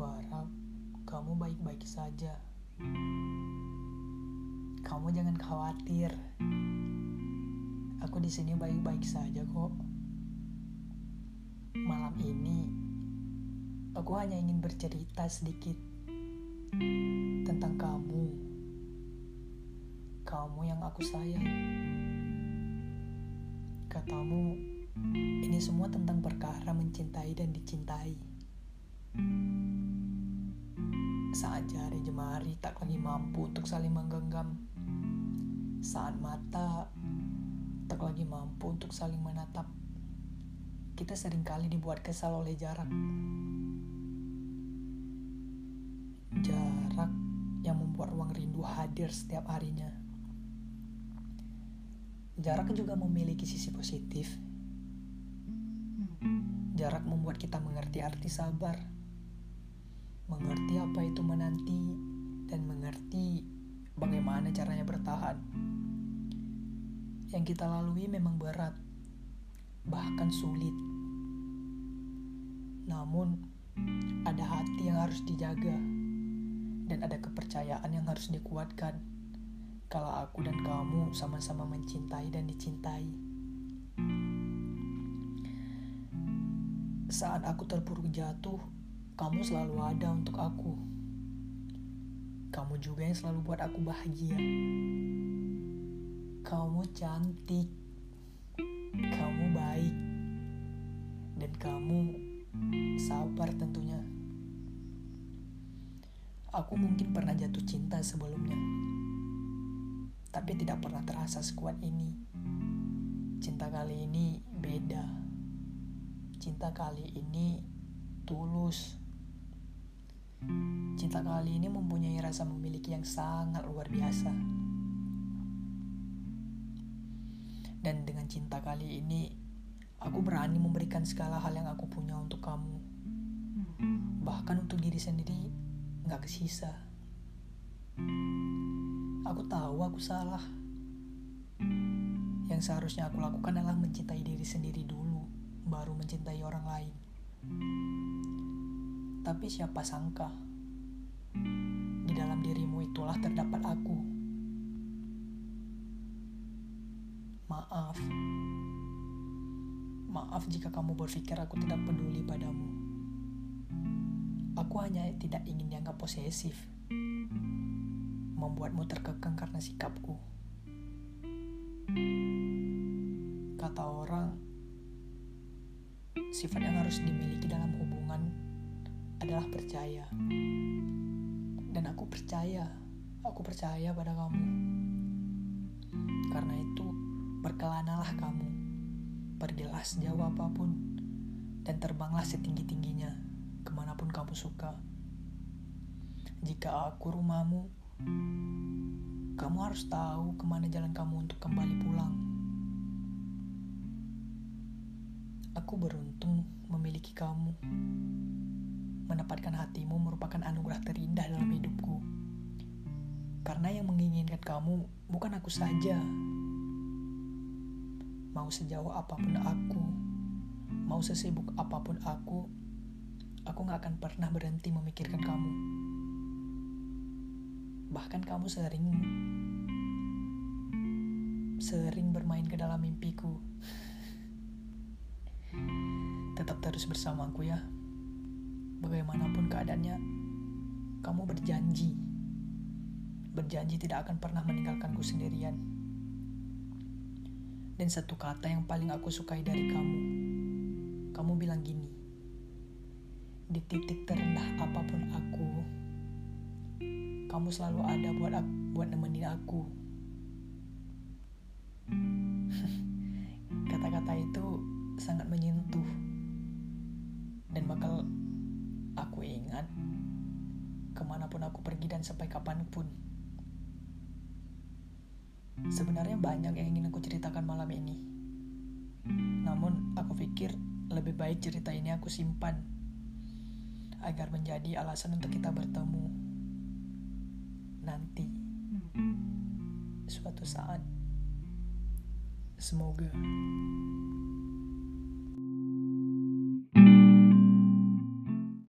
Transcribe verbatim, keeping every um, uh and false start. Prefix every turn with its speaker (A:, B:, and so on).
A: harap kamu baik-baik saja. Kamu jangan khawatir. Aku di sini baik-baik saja kok. Malam ini aku hanya ingin bercerita sedikit tentang kamu. Kamu yang aku sayang. Katamu, ini semua tentang perkara mencintai dan dicintai. Saat jari jemari tak lagi mampu untuk saling menggenggam, saat mata tak lagi mampu untuk saling menatap, kita seringkali dibuat kesal oleh jarak. Jarak yang membuat ruang rindu hadir setiap harinya. Jarak juga memiliki sisi positif. Jarak membuat kita mengerti arti sabar, mengerti apa itu menanti, dan mengerti bagaimana caranya bertahan. Yang kita lalui memang berat, bahkan sulit. Namun, ada hati yang harus dijaga, dan ada kepercayaan yang harus dikuatkan. Kalau aku dan kamu sama-sama mencintai dan dicintai. Saat aku terpuruk jatuh, kamu selalu ada untuk aku. Kamu juga yang selalu buat aku bahagia. Kamu cantik, kamu baik, dan kamu sabar tentunya. Aku mungkin pernah jatuh cinta sebelumnya, tapi tidak pernah terasa sekuat ini. Cinta kali ini beda. Cinta kali ini tulus. Cinta kali ini mempunyai rasa memiliki yang sangat luar biasa. Dan dengan cinta kali ini, aku berani memberikan segala hal yang aku punya untuk kamu. Bahkan untuk diri sendiri, gak kesisa. Aku tahu aku salah. Yang seharusnya aku lakukan adalah mencintai diri sendiri dulu, baru mencintai orang lain. Tapi siapa sangka, di dalam dirimu itulah terdapat aku. Maaf. Maaf jika kamu berpikir aku tidak peduli padamu. Aku hanya tidak ingin dianggap posesif, membuatmu terkekang karena sikapku. Kata orang, sifat yang harus dimiliki dalam hubungan adalah percaya. Dan aku percaya, aku percaya pada kamu. Karena itu, berkelanalah kamu, pergilah sejauh apapun, dan terbanglah setinggi-tingginya, kemanapun kamu suka. Jika aku rumahmu, kamu harus tahu kemana jalan kamu untuk kembali pulang. Aku beruntung memiliki kamu. Mendapatkan hatimu merupakan anugerah terindah dalam hidupku. Karena yang menginginkan kamu bukan aku saja. Mau sejauh apapun aku, mau sesibuk apapun aku, aku gak akan pernah berhenti memikirkan kamu. Bahkan kamu sering Sering bermain ke dalam mimpiku. Tetap terus bersamaku ya. Bagaimanapun keadaannya, kamu berjanji. Berjanji tidak akan pernah meninggalkanku sendirian. Dan satu kata yang paling aku sukai dari kamu, kamu bilang gini, di titik terendah apapun aku, kamu selalu ada buat aku, buat nemenin aku. Kata-kata itu sangat menyentuh dan bakal aku ingat kemanapun aku pergi dan sampai kapanpun. Sebenarnya banyak yang ingin aku ceritakan malam ini, namun aku pikir lebih baik cerita ini aku simpan agar menjadi alasan untuk kita bertemu nanti suatu saat. Semoga.